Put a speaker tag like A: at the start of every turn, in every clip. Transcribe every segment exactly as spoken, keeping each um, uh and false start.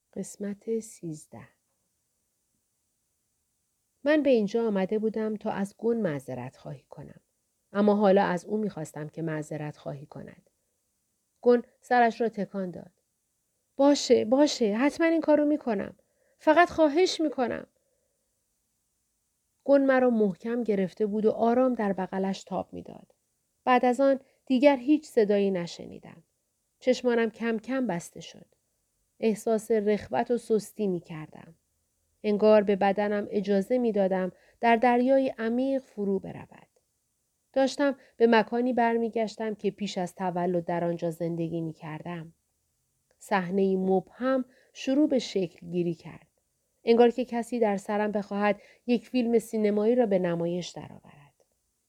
A: قسمت سیزده. من به اینجا آمده بودم تا از گون معذرت خواهی کنم. اما حالا از او میخواستم که معذرت خواهی کند. گون سرش را تکان داد. باشه باشه حتما این کارو میکنم. فقط خواهش میکنم. گون مرا محکم گرفته بود و آرام در بغلش تاب میداد. بعد از آن دیگر هیچ صدایی نشنیدم. چشمانم کم کم بسته شد. احساس رخوت و سستی می کردم. انگار به بدنم اجازه می دادم در دریای عمیق فرو برود. داشتم به مکانی برمیگشتم که پیش از تولد در آنجا زندگی می کردم. صحنه‌ای مبهم شروع به شکل گیری کرد. انگار که کسی در سرم بخواهد یک فیلم سینمایی را به نمایش درآورد.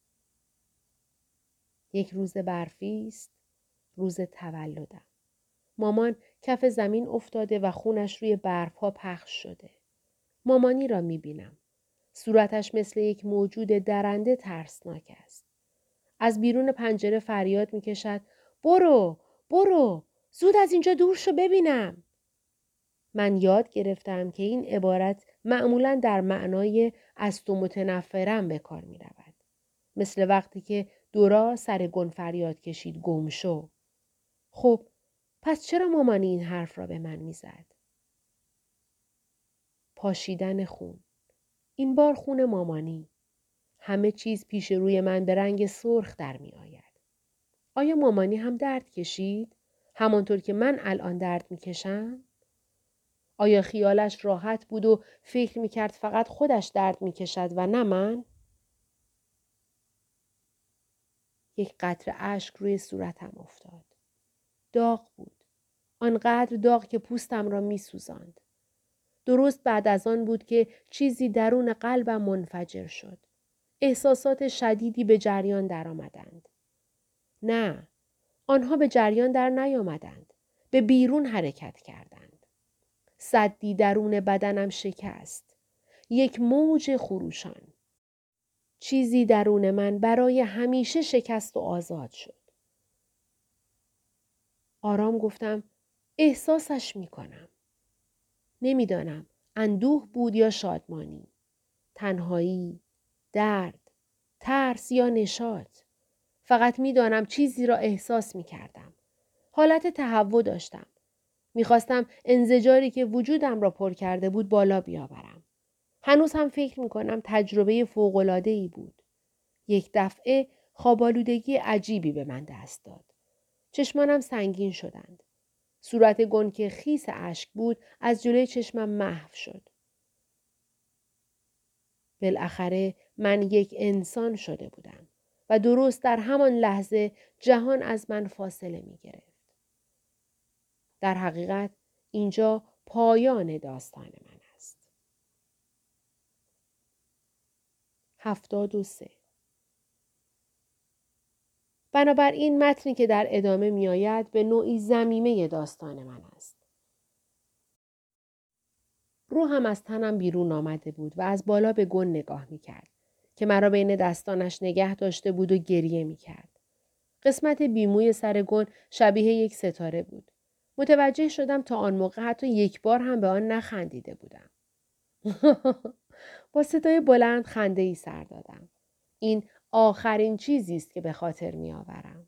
A: یک روز برفی است، روز تولدم. مامان کف زمین افتاده و خونش روی برفها پخش شده. مامانی را می بینم. صورتش مثل یک موجود درنده ترسناک است. از بیرون پنجره فریاد می کشد برو برو زود از اینجا دور شو ببینم. من یاد گرفتم که این عبارت معمولاً در معنای از تو متنفرم به کار می رود. مثل وقتی که دورا سر گون فریاد کشید گم شو. خب پس چرا مامانی این حرف را به من می زد؟ پاشیدن خون. این بار خون مامانی. همه چیز پیش روی من به رنگ سرخ در می آید. آیا مامانی هم درد کشید؟ همانطور که من الان درد می کشم؟ آیا خیالش راحت بود و فکر می کرد فقط خودش درد می کشد و نه من؟ یک قطره اشک روی صورتم افتاد. داغ بود. آنقدر داغ که پوستم را می سوزاند. درست بعد از آن بود که چیزی درون قلبم منفجر شد. احساسات شدیدی به جریان درآمدند. نه، آنها به جریان در نیامدند. به بیرون حرکت کردند. سدی درون بدنم شکست. یک موج خروشان. چیزی درون من برای همیشه شکست و آزاد شد. آرام گفتم احساسش می کنم. نمیدانم اندوه بود یا شادمانی. تنهایی، درد، ترس یا نشاط. فقط می دانم چیزی را احساس می کردم. حالت تهوع داشتم. می خواستم انزجاری که وجودم را پر کرده بود بالا بیاورم. هنوز هم فکر می کنم تجربه فوق‌العاده‌ای بود. یک دفعه خواب‌آلودگی عجیبی به من دست داد. چشمانم سنگین شدند. صورت گون که خیس اشک بود از جلوی چشمم محو شد. بالاخره من یک انسان شده بودم و درست در همان لحظه جهان از من فاصله می گرفت. در حقیقت اینجا پایان داستان من است. هفتاد و سه. بنابراین متنی که در ادامه می آید به نوعی ضمیمه داستان من است. روحم از تنم بیرون آمده بود و از بالا به گون نگاه می کرد که مرا بین دستانش نگه داشته بود و گریه می کرد. قسمت بیموی سر گون شبیه یک ستاره بود. متوجه شدم تا آن موقع حتی یک بار هم به آن نخندیده بودم. با صدای بلند خنده ای سر دادم. این آخرین چیزی است که به خاطر می آورم.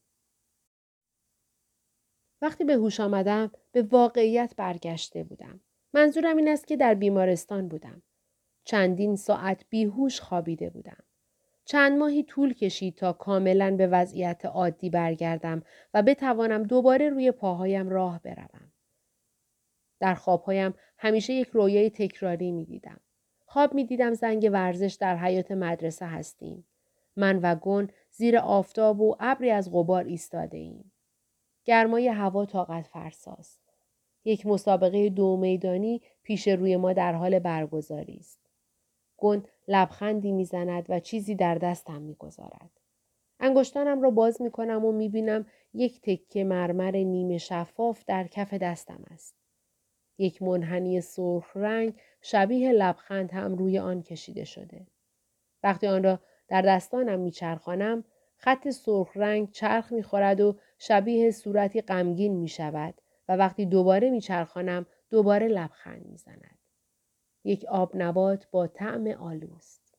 A: وقتی به هوش آمدم به واقعیت برگشته بودم. منظورم این است که در بیمارستان بودم. چندین ساعت بیهوش خوابیده بودم. چند ماهی طول کشید تا کاملا به وضعیت عادی برگردم و بتوانم دوباره روی پاهایم راه بروم. در خوابهایم همیشه یک رویای تکراری می دیدم. خواب می دیدم زنگ ورزش در حیاط مدرسه هستیم. من و گون زیر آفتاب و ابری از غبار ایستاده ایم. گرمای هوا طاقت فرساست. یک مسابقه دو میدانی پیش روی ما در حال برگزاری است. گون لبخندی میزند و چیزی در دستم میگذارد. انگشتانم را باز میکنم و میبینم یک تکه مرمر نیمه شفاف در کف دستم است. یک منحنی سرخ رنگ شبیه لبخند هم روی آن کشیده شده. وقتی آن را در دستانم میچرخانم، خط سرخ رنگ چرخ میخورد و شبیه صورتی غمگین میشود و وقتی دوباره میچرخانم دوباره لبخند میزند. یک آب نبات با طعم آلوست.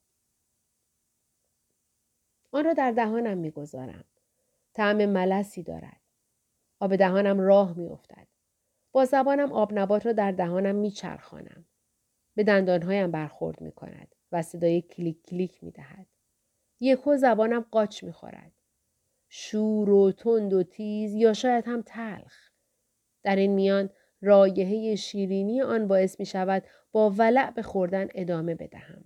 A: آن را در دهانم میگذارم. طعم ملسی دارد. آب دهانم راه میافتد. با زبانم آب نبات را در دهانم میچرخانم. به دندانهایم برخورد میکند و صدای کلیک کلیک میدهد. یکو زبانم قاچ میخورد. شور و تند و تیز یا شاید هم تلخ. در این میان رایحه شیرینی آن باعث می شود با ولع به خوردن ادامه بدهم.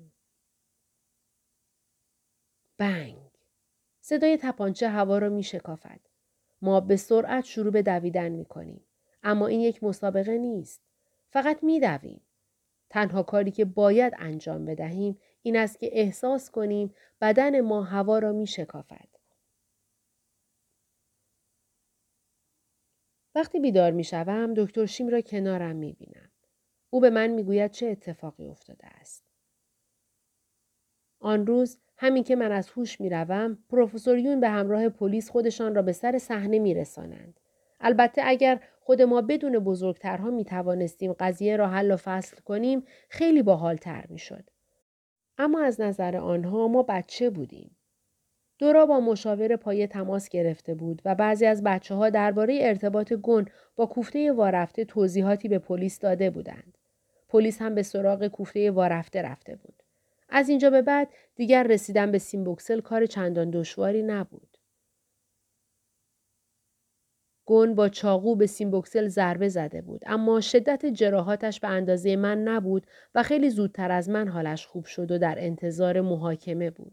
A: بنگ. صدای تپانچه هوا را می شکافد. ما به سرعت شروع به دویدن می کنیم. اما این یک مسابقه نیست. فقط می دویم. تنها کاری که باید انجام بدهیم این است که احساس کنیم بدن ما هوا را می شکافد. وقتی بیدار می شوم دکتر شیم را کنارم می بینم. او به من می گوید چه اتفاقی افتاده است. آن روز همین که من از هوش می روم پروفسور یون به همراه پلیس خودشان را به سر صحنه می رسانند. البته اگر خود ما بدون بزرگترها می توانستیم قضیه را حل و فصل کنیم خیلی باحال‌تر می شد. اما از نظر آنها ما بچه بودیم. دورا با مشاور پایه تماس گرفته بود و بعضی از بچه ها درباره ارتباط گون با کوفته وارفته توضیحاتی به پلیس داده بودند. پلیس هم به سراغ کوفته وارفته رفته بود. از اینجا به بعد دیگر رسیدن به سیمبوکسل کار چندان دشواری نبود. گون با چاقو به سیمبوکسل ضربه زده بود اما شدت جراحاتش به اندازه من نبود و خیلی زودتر از من حالش خوب شد و در انتظار محاکمه بود.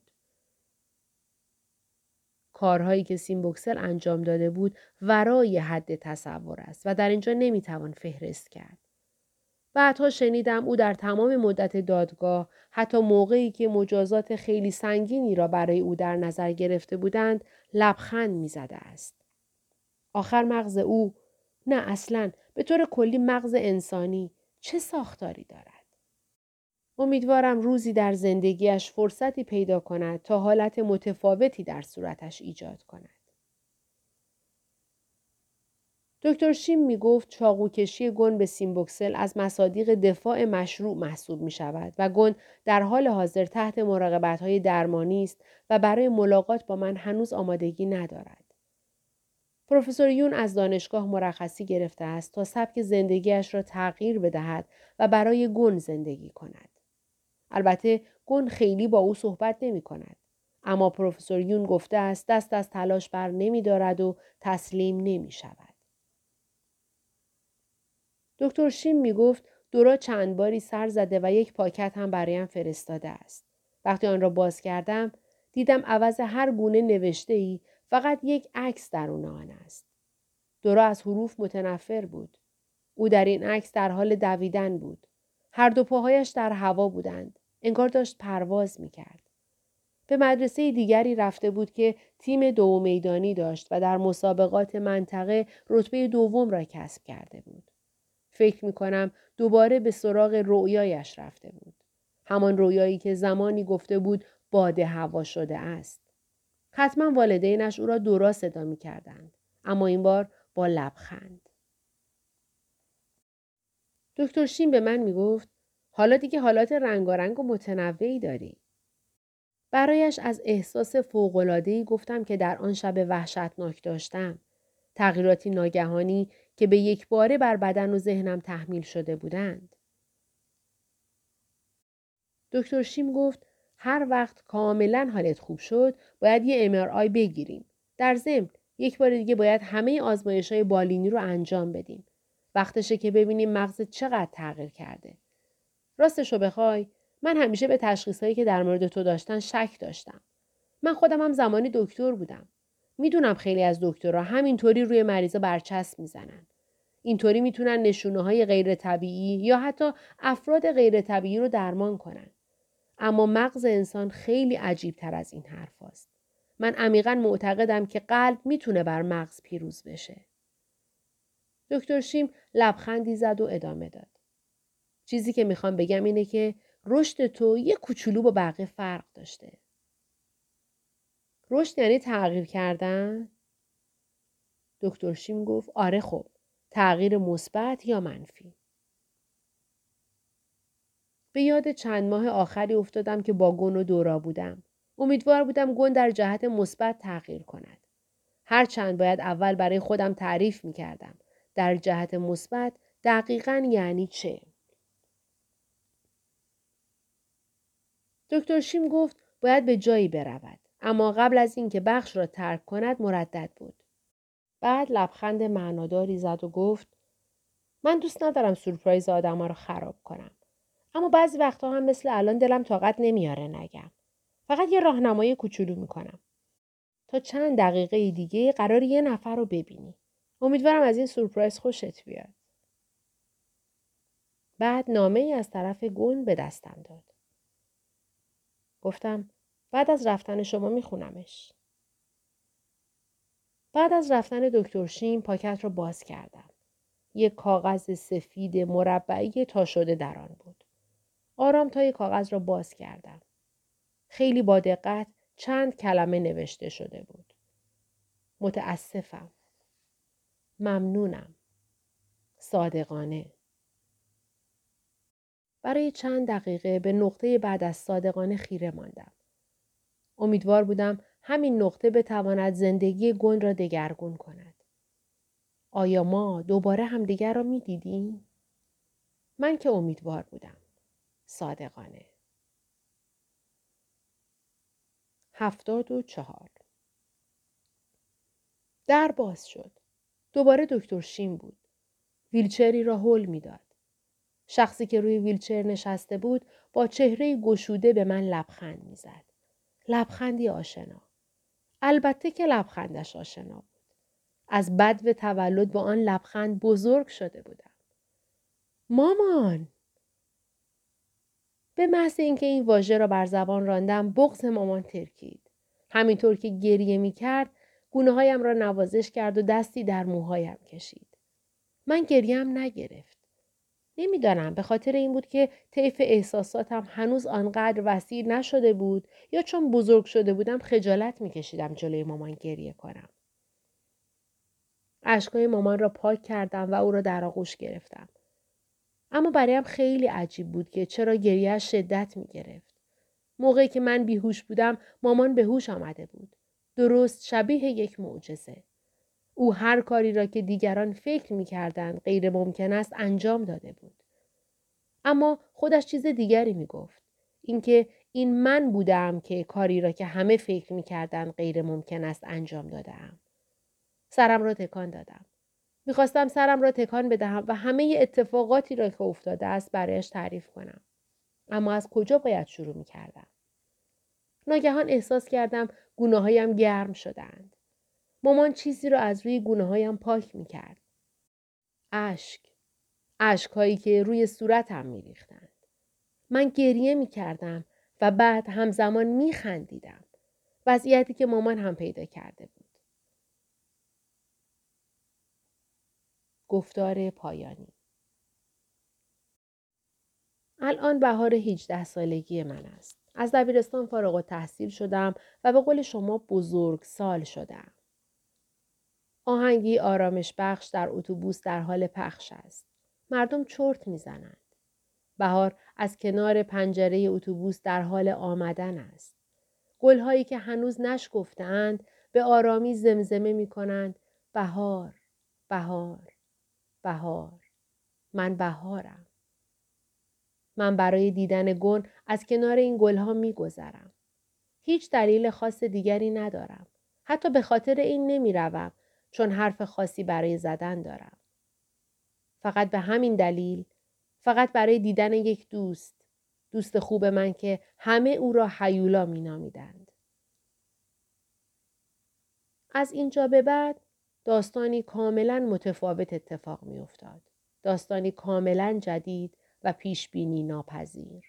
A: کارهایی که سیمبوکسل انجام داده بود ورای حد تصور است و در اینجا نمیتوان فهرست کرد. بعدها شنیدم او در تمام مدت دادگاه حتی موقعی که مجازات خیلی سنگینی را برای او در نظر گرفته بودند لبخند میزده است. آخر مغز او نه اصلاً به طور کلی مغز انسانی چه ساختاری دارد؟ امیدوارم روزی در زندگیش فرصتی پیدا کند تا حالت متفاوتی در صورتش ایجاد کند. دکتر شیم می گفت چاقوکشی گون به سیمبوکسل از مصادیق دفاع مشروع محسوب می شود و گون در حال حاضر تحت مراقبت‌های درمانی است و برای ملاقات با من هنوز آمادگی ندارد. پروفسور یون از دانشگاه مرخصی گرفته است تا سبک زندگیش را تغییر بدهد و برای گون زندگی کند. البته گون خیلی با او صحبت نمی کند. اما پروفسور یون گفته است دست از تلاش بر نمی دارد و تسلیم نمی شود. دکتر شیم می گفت دورا چند باری سر زده و یک پاکت هم برایم فرستاده است. وقتی آن را باز کردم دیدم عوض هر گونه نوشته ای فقط یک عکس درون آن است. دورا از حروف متنفر بود. او در این عکس در حال دویدن بود. هر دو پاهایش در هوا بودند. انگار داشت پرواز می کرد. به مدرسه دیگری رفته بود که تیم دو میدانی داشت و در مسابقات منطقه رتبه دوم را کسب کرده بود. فکر می کنم دوباره به سراغ رویایش رفته بود. همان رویایی که زمانی گفته بود باد هوا شده است. حتما والدینش او را دورا صدا می کردند. اما این بار با لبخند. دکتر شیم به من می گفت حالا دیگه حالات رنگارنگ و متنوعی داری. برایش از احساس فوق‌العاده‌ای گفتم که در آن شب وحشتناک داشتم. تغییراتی ناگهانی که به یک باره بر بدن و ذهنم تحمیل شده بودند. دکتر شیم گفت هر وقت کاملا حالت خوب شد باید یه ام آر آی بگیریم. در ضمن یک بار دیگه باید همه آزمایش‌های بالینی رو انجام بدیم. وقتشه که ببینیم مغزت چقدر تغییر کرده. راستشو بخوای من همیشه به تشخیصایی که در مورد تو داشتن شک داشتم. من خودم هم زمانی دکتر بودم. میدونم خیلی از دکترها همینطوری روی مریضا برچسب میزنن. اینطوری میتونن نشونه‌های غیر طبیعی یا حتی افراد غیر طبیعی رو درمان کنن. اما مغز انسان خیلی عجیب تر از این حرف هست. من عمیقاً معتقدم که قلب میتونه بر مغز پیروز بشه. دکتر شیم لبخندی زد و ادامه داد. چیزی که میخوام بگم اینه که رشد تو یه کوچولو با بقیه فرق داشته. رشد یعنی تغییر کردن؟ دکتر شیم گفت آره خب. تغییر مثبت یا منفی. به یاد چند ماه آخری افتادم که با گون و دورا بودم. امیدوار بودم گون در جهت مثبت تغییر کند. هرچند باید اول برای خودم تعریف می کردم. در جهت مثبت دقیقاً یعنی چه؟ دکتر شیم گفت باید به جایی برود. اما قبل از اینکه بخش را ترک کند مردد بود. بعد لبخند معناداری زد و گفت من دوست ندارم سورپرایز آدما رو خراب کنم. اما بعضی وقتا هم مثل الان دلم طاقت نمیاره نگم. فقط یه راهنمایی کوچولو میکنم. تا چند دقیقه دیگه قرار یه نفر رو ببینی. امیدوارم از این سورپرایز خوشت بیاد. بعد نامه ای از طرف گون به دستم داد. گفتم بعد از رفتن شما میخونمش. بعد از رفتن دکتر شیم پاکت رو باز کردم. یک کاغذ سفید مربعی تا شده در آن بود. آرام تای کاغذ را باز کردم. خیلی با دقت چند کلمه نوشته شده بود. متاسفم. ممنونم. صادقانه. برای چند دقیقه به نقطه بعد از صادقانه خیره ماندم. امیدوار بودم همین نقطه بتواند زندگی گون را دگرگون کند. آیا ما دوباره همدیگر را می دیدیم؟ من که امیدوار بودم. صادقانه. هفتاد و چهار. در باز شد. دوباره دکتر شیم بود. ویلچری را هل می داد. شخصی که روی ویلچر نشسته بود با چهره گشوده به من لبخند می زد. لبخندی آشنا. البته که لبخندش آشنا بود. از بدو تولد با آن لبخند بزرگ شده بودم. مامان! به محض اینکه این واژه را بر زبان راندم بغض مامان ترکید. همینطور که گریه می کرد گونه‌هایم را نوازش کرد و دستی در موهایم کشید. من گریم نگرفت. نمیدانم به خاطر این بود که طیف احساساتم هنوز آنقدر وسیع نشده بود یا چون بزرگ شده بودم خجالت میکشیدم جلوی مامان گریه کنم. اشکای مامان را پاک کردم و او را در آغوش گرفتم. اما برایم خیلی عجیب بود که چرا گریه‌اش شدت میگرفت. موقعی که من بیهوش بودم مامان به هوش آمده بود. درست شبیه یک معجزه. او هر کاری را که دیگران فکر می‌کردند غیر ممکن است انجام داده بود. اما خودش چیز دیگری می‌گفت. اینکه این من بودم که کاری را که همه فکر می‌کردند غیر ممکن است انجام دادم. سرم را تکان دادم. می‌خواستم سرم را تکان بدهم و همه اتفاقاتی را که افتاده است برایش تعریف کنم. اما از کجا باید شروع می‌کردم؟ ناگهان احساس کردم گونه‌هایم گرم شدند. مامان چیزی را از روی گونه‌هایم پاک می‌کرد. اشک. اشک‌هایی که روی صورتم می‌ریختند. من گریه می‌کردم و بعد همزمان می‌خندیدم. وضعیتی که مامان هم پیدا کرده بود. گفتار پایانی. الان بهار هجده سالگی من است. از دبیرستان فارغ التحصیل شدم و به قول شما بزرگ سال شدم. آهنگی آرامش بخش در اتوبوس در حال پخش است. مردم چرت میزنند. بهار از کنار پنجره اتوبوس در حال آمدن است. گلهایی که هنوز نشکفته‌اند به آرامی زمزمه می‌کنند بهار، بهار، بهار. من بهارم. من برای دیدن گل از کنار این گلها می‌گذرم. هیچ دلیل خاص دیگری ندارم. حتی به خاطر این نمی‌روم چون حرف خاصی برای زدن دارم. فقط به همین دلیل، فقط برای دیدن یک دوست، دوست خوب من که همه او را هیولا می‌نامیدند. از اینجا به بعد داستانی کاملا متفاوت اتفاق می‌افتاد. داستانی کاملا جدید و پیشبینی ناپذیر.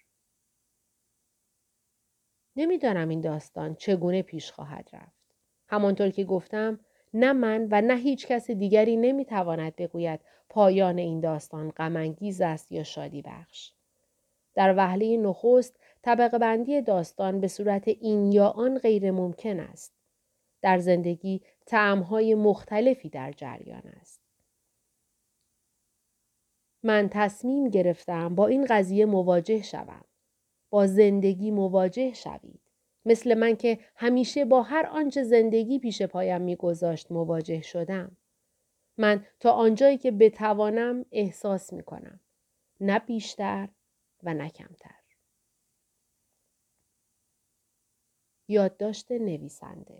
A: نمی‌دانم این داستان چگونه پیش خواهد رفت. همانطور که گفتم نه من و نه هیچ کس دیگری نمی‌تواند بگوید پایان این داستان غم‌انگیز است یا شادی بخش. در وهله نخست طبقه بندی داستان به صورت این یا آن غیر ممکن است. در زندگی طعم‌های مختلفی در جریان است. من تصمیم گرفتم با این قضیه مواجه شوم. با زندگی مواجه شوید. مثل من که همیشه با هر آنچه زندگی پیش پایم میگذاشت مواجه شدم. من تا آنجایی که بتوانم احساس میکنم. نه بیشتر و نه کمتر. یادداشت نویسنده.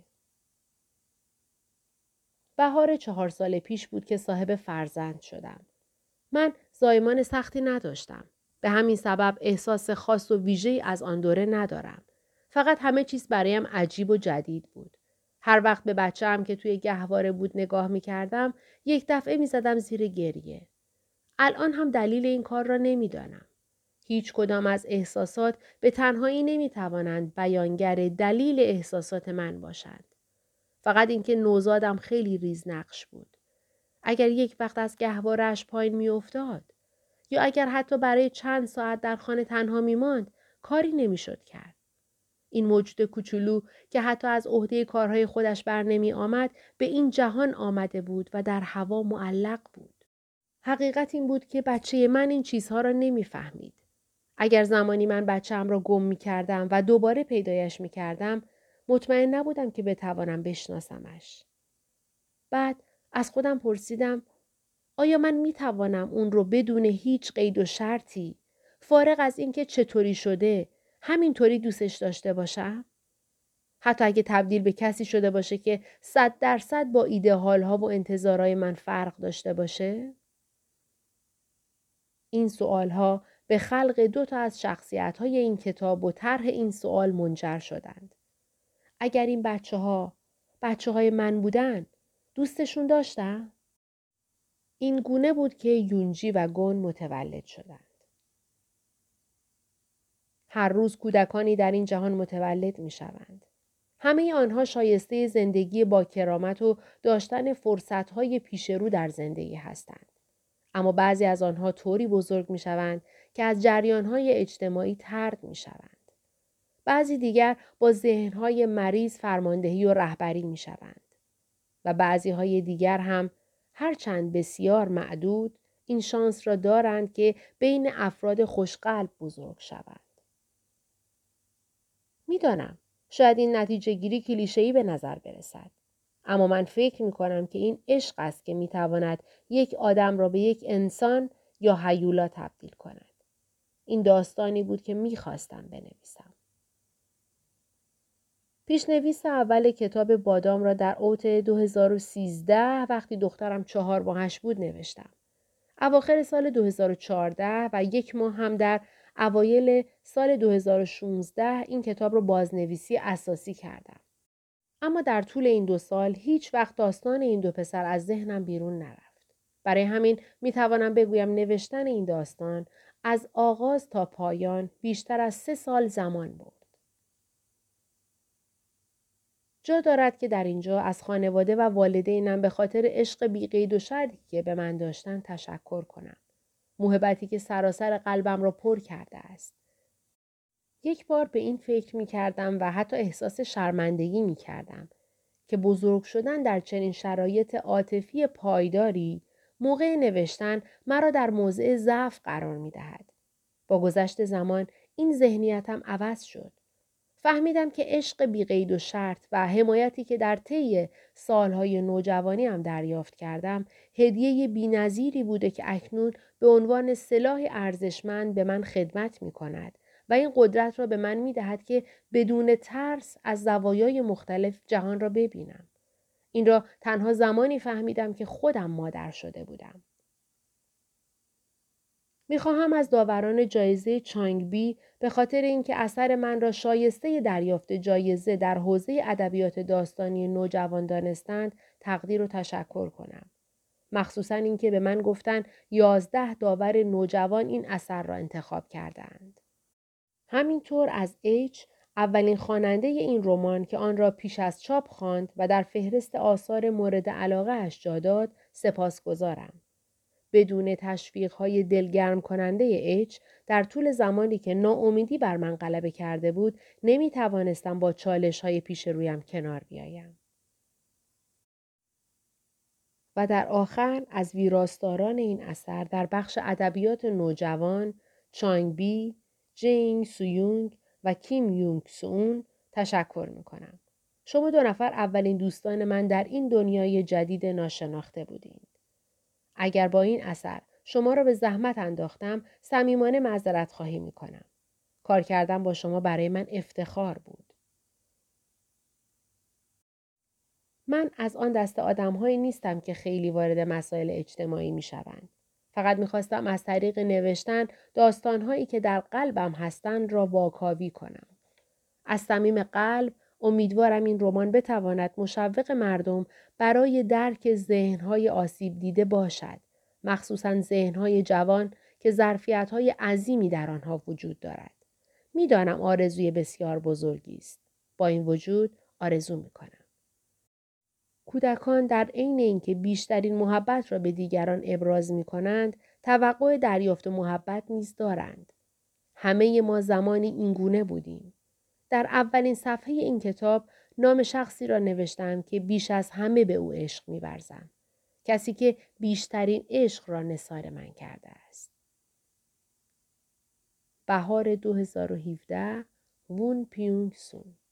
A: بهار چهار سال پیش بود که صاحب فرزند شدم. من زایمان سختی نداشتم. به همین سبب احساس خاص و ویژه‌ای از آن دوره ندارم. فقط همه چیز برایم عجیب و جدید بود. هر وقت به بچه‌ام که توی گهواره بود نگاه می کردم، یک دفعه می زدم زیر گریه. الان هم دلیل این کار را نمی دانم. هیچ کدام از احساسات به تنهایی نمی توانند بیانگر دلیل احساسات من باشند. فقط اینکه نوزادم خیلی ریزنقش بود. اگر یک وقت از گهواره‌اش پایین می افتاد، یا اگر حتی برای چند ساعت در خانه تنها می ماند، کاری نمی شد کرد. این موجود کوچولو که حتی از عهده کارهای خودش بر نمی آمد، به این جهان آمده بود و در هوا معلق بود. حقیقت این بود که بچه من این چیزها را نمی فهمید. اگر زمانی من بچه‌ام را گم می کردم و دوباره پیدایش می کردم، مطمئن نبودم که بتوانم بشناسمش. بعد از خودم پرسیدم آیا من می توانم اون رو بدون هیچ قید و شرطی، فارغ از اینکه چطوری شده، همینطوری دوستش داشته باشم؟ حتی اگه تبدیل به کسی شده باشه که صد درصد با ایده‌هال‌ها و انتظارهای من فرق داشته باشه؟ این سوالها به خلق دو تا از شخصیت‌های این کتاب و طرح این سوال منجر شدند. اگر این بچه‌ها بچه‌های من بودن، دوستشون داشتم؟ این گونه بود که یونجی و گون متولد شدند. هر روز کودکانی در این جهان متولد می شوند. همه آنها شایسته زندگی با کرامت و داشتن فرصتهای پیش رو در زندگی هستند. اما بعضی از آنها طوری بزرگ می شوند که از جریانهای اجتماعی طرد می شوند. بعضی دیگر با ذهنهای مریض فرماندهی و رهبری می شوند. و بعضی های دیگر هم هرچند بسیار معدود این شانس را دارند که بین افراد خوشقلب بزرگ شوند. میدانم شاید این نتیجه گیری کلیشه‌ای به نظر برسد. اما من فکر می کنم که این عشق است که می تواند یک آدم را به یک انسان یا هیولا تبدیل کند. این داستانی بود که می خواستم بنویسم. پیشنویس اول کتاب بادام را در اوت دو هزار و سیزده وقتی دخترم چهار ماهش بود نوشتم. اواخر سال دو هزار و چهارده و یک ماه هم در اوایل سال دو هزار و شانزده این کتاب را بازنویسی اساسی کردم. اما در طول این دو سال هیچ وقت داستان این دو پسر از ذهنم بیرون نرفت. برای همین می توانم بگویم نوشتن این داستان از آغاز تا پایان بیشتر از سه سال زمان برد. جا دارد که در اینجا از خانواده و والدینم به خاطر عشق بی‌قید و شرطی که به من داشتن تشکر کنم. محبتی که سراسر قلبم را پر کرده است. یک بار به این فکر می کردم و حتی احساس شرمندگی می کردم که بزرگ شدن در چنین شرایط عاطفی پایداری موقع نوشتن مرا در موضع ضعف قرار می دهد. با گذشت زمان این ذهنیتم عوض شد. فهمیدم که عشق بی‌قید و شرط و حمایتی که در طی سالهای نوجوانیم دریافت کردم هدیه بی‌نظیری بوده که اکنون به عنوان سلاح ارزشمند به من خدمت می کند و این قدرت را به من می دهد که بدون ترس از زوایای مختلف جهان را ببینم. این را تنها زمانی فهمیدم که خودم مادر شده بودم. می‌خواهم از داوران جایزه چانگبی به خاطر اینکه اثر من را شایسته دریافت جایزه در حوزه ادبیات داستانی نوجوان دانستند تقدیر و تشکر کنم. مخصوصاً اینکه به من گفتند یازده داور نوجوان این اثر را انتخاب کردند. همینطور از ایچ اولین خواننده این رمان که آن را پیش از چاپ خواند و در فهرست آثار مورد علاقه اش جا داد سپاسگزارم. بدون تشویق‌های دلگرم کننده ایچ در طول زمانی که ناامیدی بر من غلبه کرده بود نمی توانستم با چالش‌های پیش رویم کنار بیایم. و در آخر از ویراستاران این اثر در بخش ادبیات نوجوان چانگ بی، جینگ سویونگ و کیم یونگ سون تشکر میکنم. شما دو نفر اولین دوستان من در این دنیای جدید ناشناخته بودید. اگر با این اثر شما را به زحمت انداختم، صمیمانه معذرت خواهی میکنم. کار کردن با شما برای من افتخار بود. من از آن دست آدم‌هایی نیستم که خیلی وارد مسائل اجتماعی می‌شوند. فقط می‌خواستم از طریق نوشتن داستان‌هایی که در قلبم هستند را واکاوی کنم. از صمیم قلب امیدوارم این رمان بتواند مشوق مردم برای درک ذهن‌های آسیب دیده باشد، مخصوصاً ذهن‌های جوان که ظرفیت‌های عظیمی در آنها وجود دارد. می‌دانم آرزوی بسیار بزرگی است. با این وجود آرزو می‌کنم. کودکان در عین اینکه بیشترین محبت را به دیگران ابراز می کنند، توقع دریافت محبت نیز دارند. همه ما زمانی اینگونه بودیم. در اولین صفحه این کتاب نام شخصی را نوشتم که بیش از همه به او عشق می ورزم. کسی که بیشترین عشق را نثار من کرده است. بهار دو هزار و هفده وون پیونگ سون